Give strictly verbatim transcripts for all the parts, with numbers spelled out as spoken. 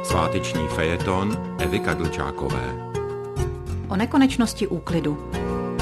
Sváteční fejeton Evy Kadlčákové. O nekonečnosti úklidu.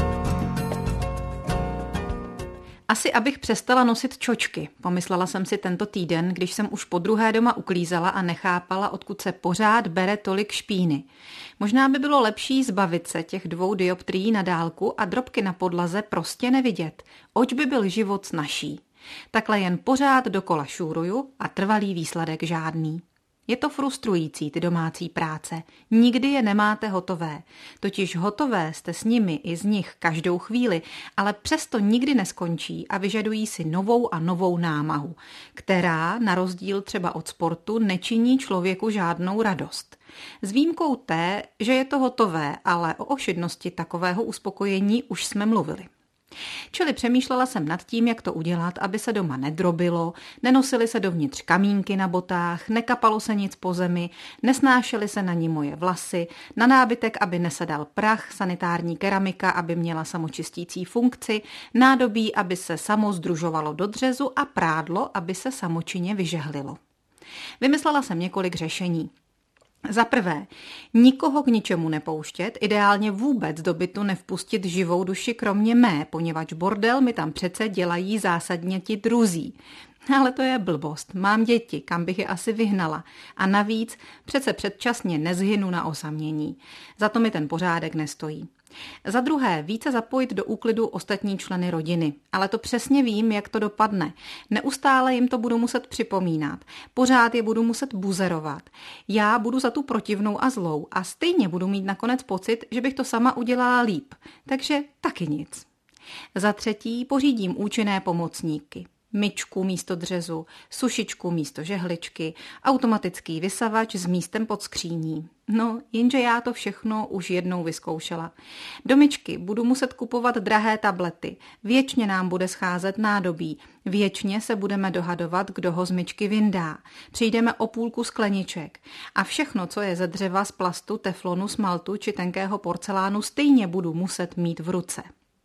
Asi abych přestala nosit čočky, pomyslela jsem si tento týden, když jsem už podruhé doma uklízela a nechápala, odkud se pořád bere tolik špíny. Možná by bylo lepší zbavit se těch dvou dioptrií na dálku a drobky na podlaze prostě nevidět. Oč by byl život snazší. Takhle jen pořád dokola šúruju a trvalý výsledek žádný. Je to frustrující, ty domácí práce. Nikdy je nemáte hotové. Totiž hotové jste s nimi i z nich každou chvíli, ale přesto nikdy neskončí a vyžadují si novou a novou námahu, která, na rozdíl třeba od sportu, nečiní člověku žádnou radost. S výjimkou té, že je to hotové, ale o ošidnosti takového uspokojení už jsme mluvili. Čili přemýšlela jsem nad tím, jak to udělat, aby se doma nedrobilo, nenosily se dovnitř kamínky na botách, nekapalo se nic po zemi, nesnášely se na ní moje vlasy, na nábytek, aby nesedal prach, sanitární keramika, aby měla samočistící funkci, nádobí, aby se samo združovalo do dřezu a prádlo, aby se samočinně vyžehlilo. Vymyslela jsem několik řešení. Za prvé, nikoho k ničemu nepouštět, ideálně vůbec do bytu nevpustit živou duši kromě mé, poněvadž bordel mi tam přece dělají zásadně ti druzí. Ale to je blbost, mám děti, kam bych je asi vyhnala. A navíc přece předčasně nezhynu na osamění. Za to mi ten pořádek nestojí. Za druhé, více zapojit do úklidu ostatní členy rodiny. Ale to přesně vím, jak to dopadne. Neustále jim to budu muset připomínat. Pořád je budu muset buzerovat. Já budu za tu protivnou a zlou a stejně budu mít nakonec pocit, že bych to sama udělala líp. Takže taky nic. Za třetí, pořídím účinné pomocníky. Myčku místo dřezu, sušičku místo žehličky, automatický vysavač s místem pod skříní. No, jenže já to všechno už jednou vyzkoušela. Do myčky budu muset kupovat drahé tablety, věčně nám bude scházet nádobí, věčně se budeme dohadovat, kdo ho z myčky vyndá. Přijdeme o půlku skleniček a všechno, co je ze dřeva, z plastu, teflonu, smaltu či tenkého porcelánu, stejně budu muset mít v ruce.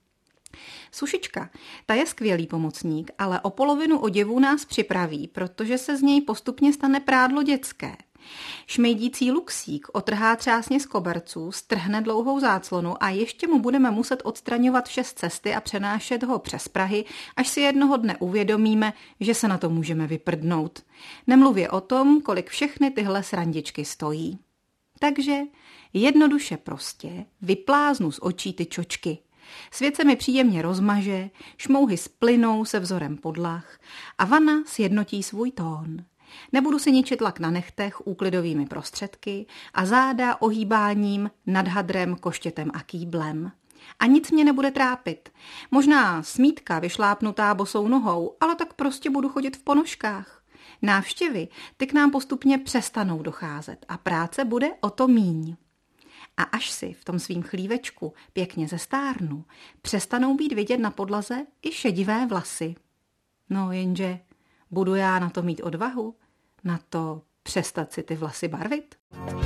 Sušička, ta je skvělý pomocník, ale o polovinu oděvů nás připraví, protože se z něj postupně stane prádlo dětské. Šmejdící luxík otrhá třásně z koberců, strhne dlouhou záclonu a ještě mu budeme muset odstraňovat vše z cesty a přenášet ho přes prahy, až si jednoho dne uvědomíme, že se na to můžeme vyprdnout. Nemluvě o tom, kolik všechny tyhle srandičky stojí. Takže jednoduše prostě vypláznu z očí ty čočky. Svět se mi příjemně rozmaže, šmouhy splynou se vzorem podlah a vana sjednotí svůj tón. Nebudu si ničit lak na nechtech úklidovými prostředky a záda ohýbáním nad hadrem, koštětem a kýblem. A nic mě nebude trápit. Možná smítka vyšlápnutá bosou nohou, ale tak prostě budu chodit v ponožkách. Návštěvy, ty k nám postupně přestanou docházet a práce bude o to míň. A až si v tom svým chlívečku pěkně zestárnu, přestanou být vidět na podlaze i šedivé vlasy. No jenže budu já na to mít odvahu? Na to přestat si ty vlasy barvit?